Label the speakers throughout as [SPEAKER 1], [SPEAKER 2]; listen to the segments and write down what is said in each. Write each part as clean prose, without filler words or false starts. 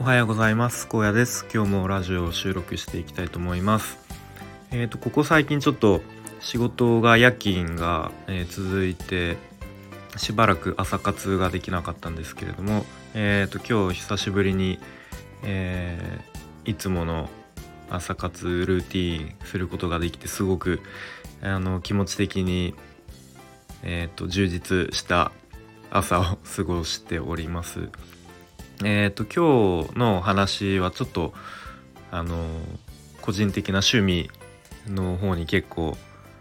[SPEAKER 1] おはようございます。高野です。今日もラジオを収録していきたいと思います。ここ最近ちょっと仕事が夜勤が、続いてしばらく朝活ができなかったんですけれども、今日久しぶりに、いつもの朝活ルーティーンすることができて、すごく気持ち的に、充実した朝を過ごしております。今日の話はちょっと個人的な趣味の方に結構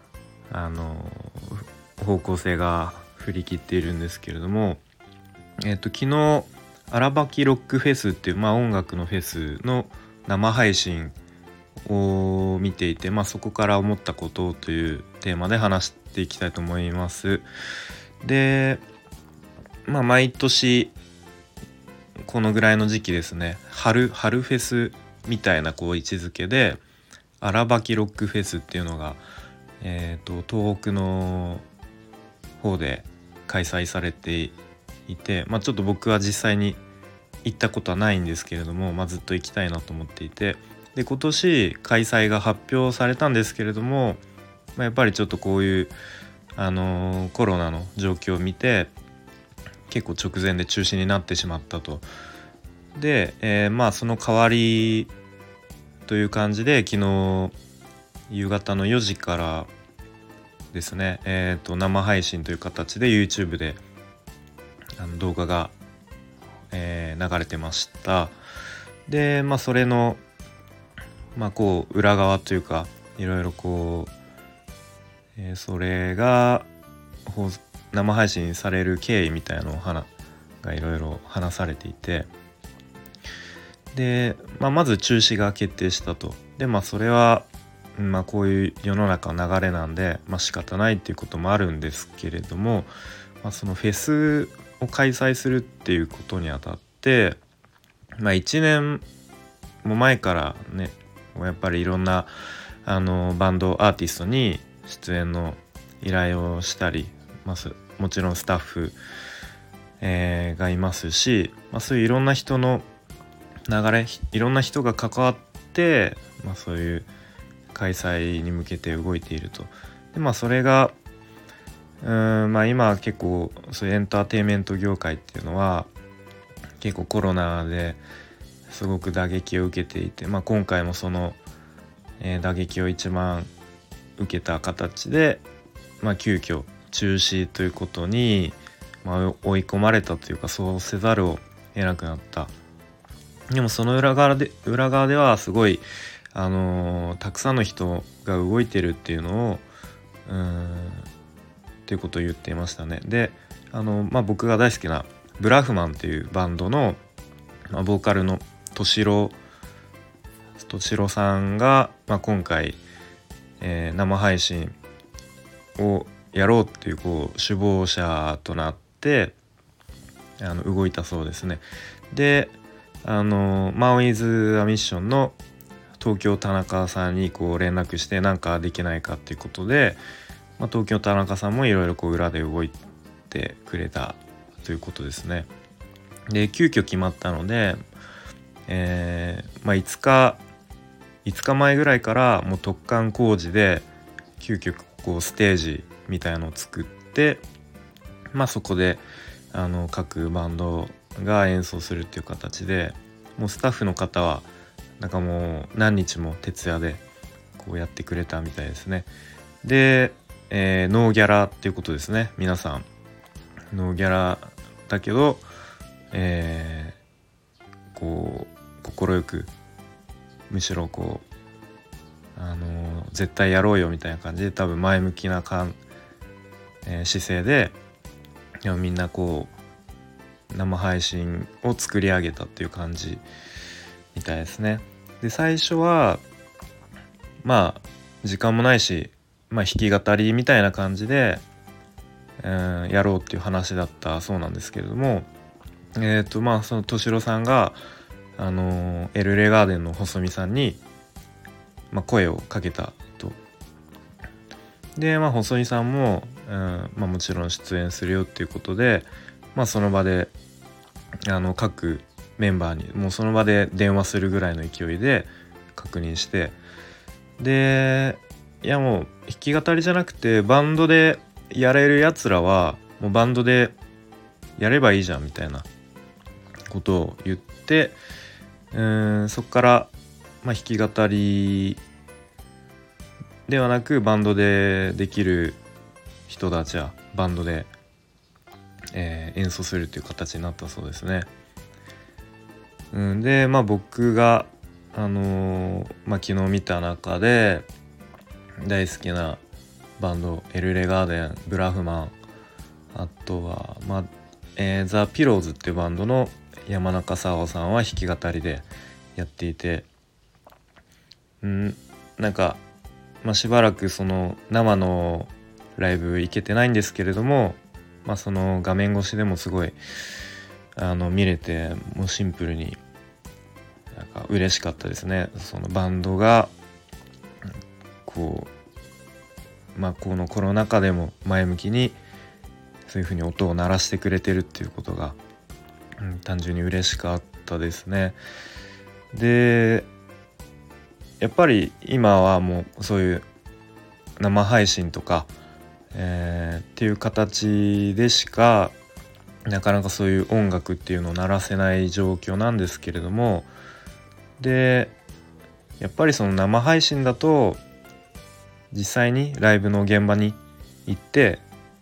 [SPEAKER 1] 方向性が振り切っているんですけれども、昨日荒垣ロックフェスっていう、音楽のフェスの生配信を見ていて、そこから思ったことというテーマで話していきたいと思います。で、毎年このぐらいの時期ですね、春フェスみたいな位置づけで荒垣ロックフェスっていうのが、東北の方で開催されていて、ちょっと僕は実際に行ったことはないんですけれども、ずっと行きたいなと思っていて、で今年開催が発表されたんですけれども、やっぱりちょっとこういうコロナの状況を見て結構直前で中止になってしまったと。で、その代わりという感じで昨日夕方の4時からですね、生配信という形で YouTube で動画が、流れてました。で、それのこう裏側というか、いろいろこう、それが生配信される経緯みたいなのがいろいろ話されていて、で、まず中止が決定したと。でそれは、こういう世の中の流れなんで、仕方ないっていうこともあるんですけれども、そのフェスを開催するっていうことにあたって、1年も前からね、やっぱりいろんなバンドアーティストに出演の依頼をしたり、もちろんスタッフ、がいますし、そういういろんな人の流れ、いろんな人が関わって、そういう開催に向けて動いていると。でそれが今結構そういうエンターテインメント業界っていうのは結構コロナですごく打撃を受けていて、今回もその、打撃を一番受けた形で、急遽中止ということに、追い込まれたというか、そうせざるを得なくなった。でもその裏側ではすごいたくさんの人が動いてるっていうのをっていうことを言っていましたね。で僕が大好きなブラフマンっていうバンドの、ボーカルの敏郎さんが、今回、生配信をやろうっていう首謀者となって動いたそうですね。でマン・ウィズ・ア・ミッションの東京田中さんに連絡してなんかできないかっていうことで、東京田中さんもいろいろ裏で動いてくれたということですね。で急遽決まったので、5日前ぐらいからもう突貫工事で急遽ステージみたいのを作って、そこで各バンドが演奏するっていう形で、もうスタッフの方はなんかもう何日も徹夜でやってくれたみたいですね。で、ノーギャラっていうことですね。皆さんノーギャラだけど、心よく、むしろ絶対やろうよみたいな感じで、多分前向きな姿勢でみんな生配信を作り上げたっていう感じみたいですね。で最初は時間もないし、弾き語りみたいな感じで、やろうっていう話だったそうなんですけれども、その敏郎さんがエルレガーデンの細見さんに、声をかけたと。で細見さんも、もちろん出演するよっていうことで、その場で各メンバーにもうその場で電話するぐらいの勢いで確認して、でいやもう弾き語りじゃなくてバンドでやれるやつらはもうバンドでやればいいじゃんみたいなことを言って、そっから、弾き語りではなくバンドでできる人たちはバンドで、演奏するっていう形になったそうですね。で僕が昨日見た中で大好きなバンドエルレガーデン、ブラフマン、あとはザ・ピローズっていうバンドの山中沙央さんは弾き語りでやっていて、なんか、しばらくその生のライブ行けてないんですけれども、その画面越しでもすごい見れて、もうシンプルになんか嬉しかったですね。そのバンドがこのコロナ禍でも前向きにそういう風に音を鳴らしてくれてるっていうことが、単純に嬉しかったですね。でやっぱり今はもうそういう生配信とか、っていう形でしかなかなかそういう音楽っていうのを鳴らせない状況なんですけれども、でやっぱりその生配信だと実際にライブの現場に行って、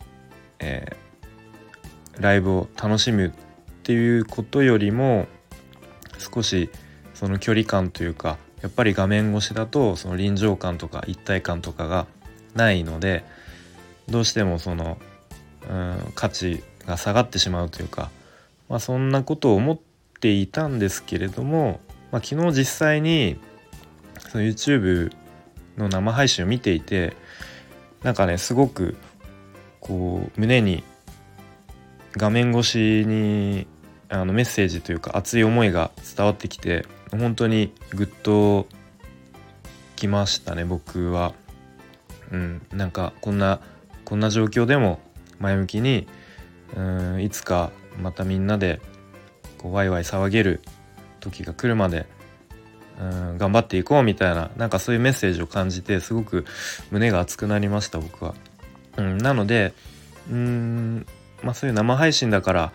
[SPEAKER 1] ライブを楽しむっていうことよりも少しその距離感というか、やっぱり画面越しだとその臨場感とか一体感とかがないので、どうしてもその、価値が下がってしまうというか、そんなことを思っていたんですけれども、昨日実際にその YouTube の生配信を見ていて、なんかねすごくこう胸に画面越しにメッセージというか熱い思いが伝わってきて、本当にグッときましたね僕は。なんかこんな状況でも前向きに、いつかまたみんなでこうワイワイ騒げる時が来るまで頑張っていこうみたいな、なんかそういうメッセージを感じてすごく胸が熱くなりました僕は。なのでそういう生配信だから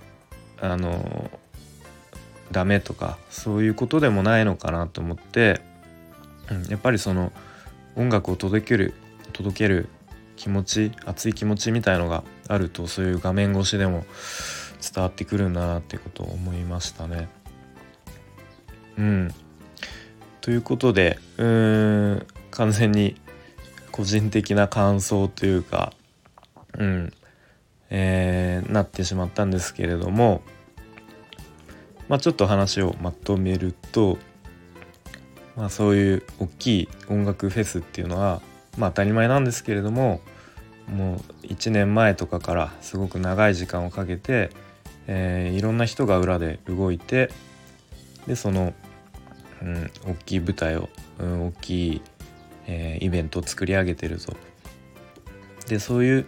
[SPEAKER 1] ダメとかそういうことでもないのかなと思って、やっぱりその音楽を届ける気持ち、熱い気持ちみたいのがあると、そういう画面越しでも伝わってくるんだなってことを思いましたね。ということで完全に個人的な感想というかなってしまったんですけれども、ちょっと話をまとめると、そういう大きい音楽フェスっていうのは当たり前なんですけれども、もう1年前とかからすごく長い時間をかけて、いろんな人が裏で動いて、でその、大きい舞台を、大きい、イベントを作り上げてると。でそういう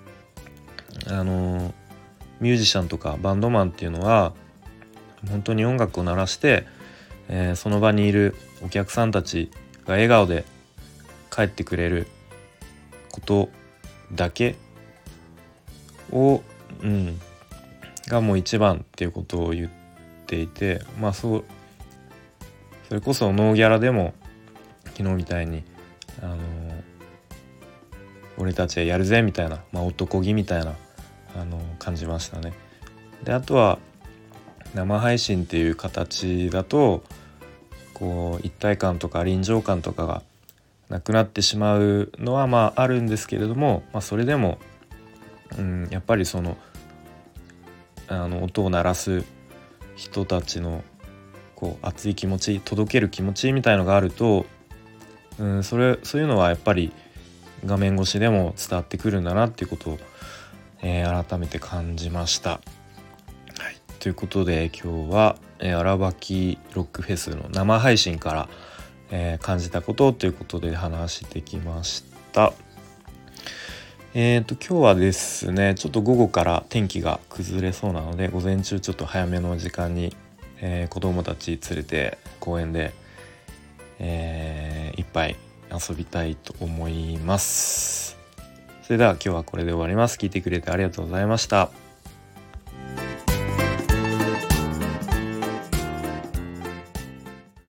[SPEAKER 1] ミュージシャンとかバンドマンっていうのは本当に音楽を鳴らして、その場にいるお客さんたちが笑顔で帰ってくれることだけを、がもう一番っていうことを言っていて、それこそノーギャラでも昨日みたいに俺たちはやるぜみたいな、男気みたいな感じましたね。であとは生配信っていう形だとこう一体感とか臨場感とかがなくなってしまうのはあるんですけれども、それでも、やっぱりその音を鳴らす人たちのこう熱い気持ち、届ける気持ちみたいのがあると、そういうのはやっぱり画面越しでも伝わってくるんだなっていうことを、改めて感じました。ということで今日は、荒垣ロックフェスの生配信から、感じたことということで話してきました。今日はですねちょっと午後から天気が崩れそうなので、午前中ちょっと早めの時間に、 子供たち連れて公園で、いっぱい遊びたいと思います。それでは今日はこれで終わります。聞いてくれてありがとうございました。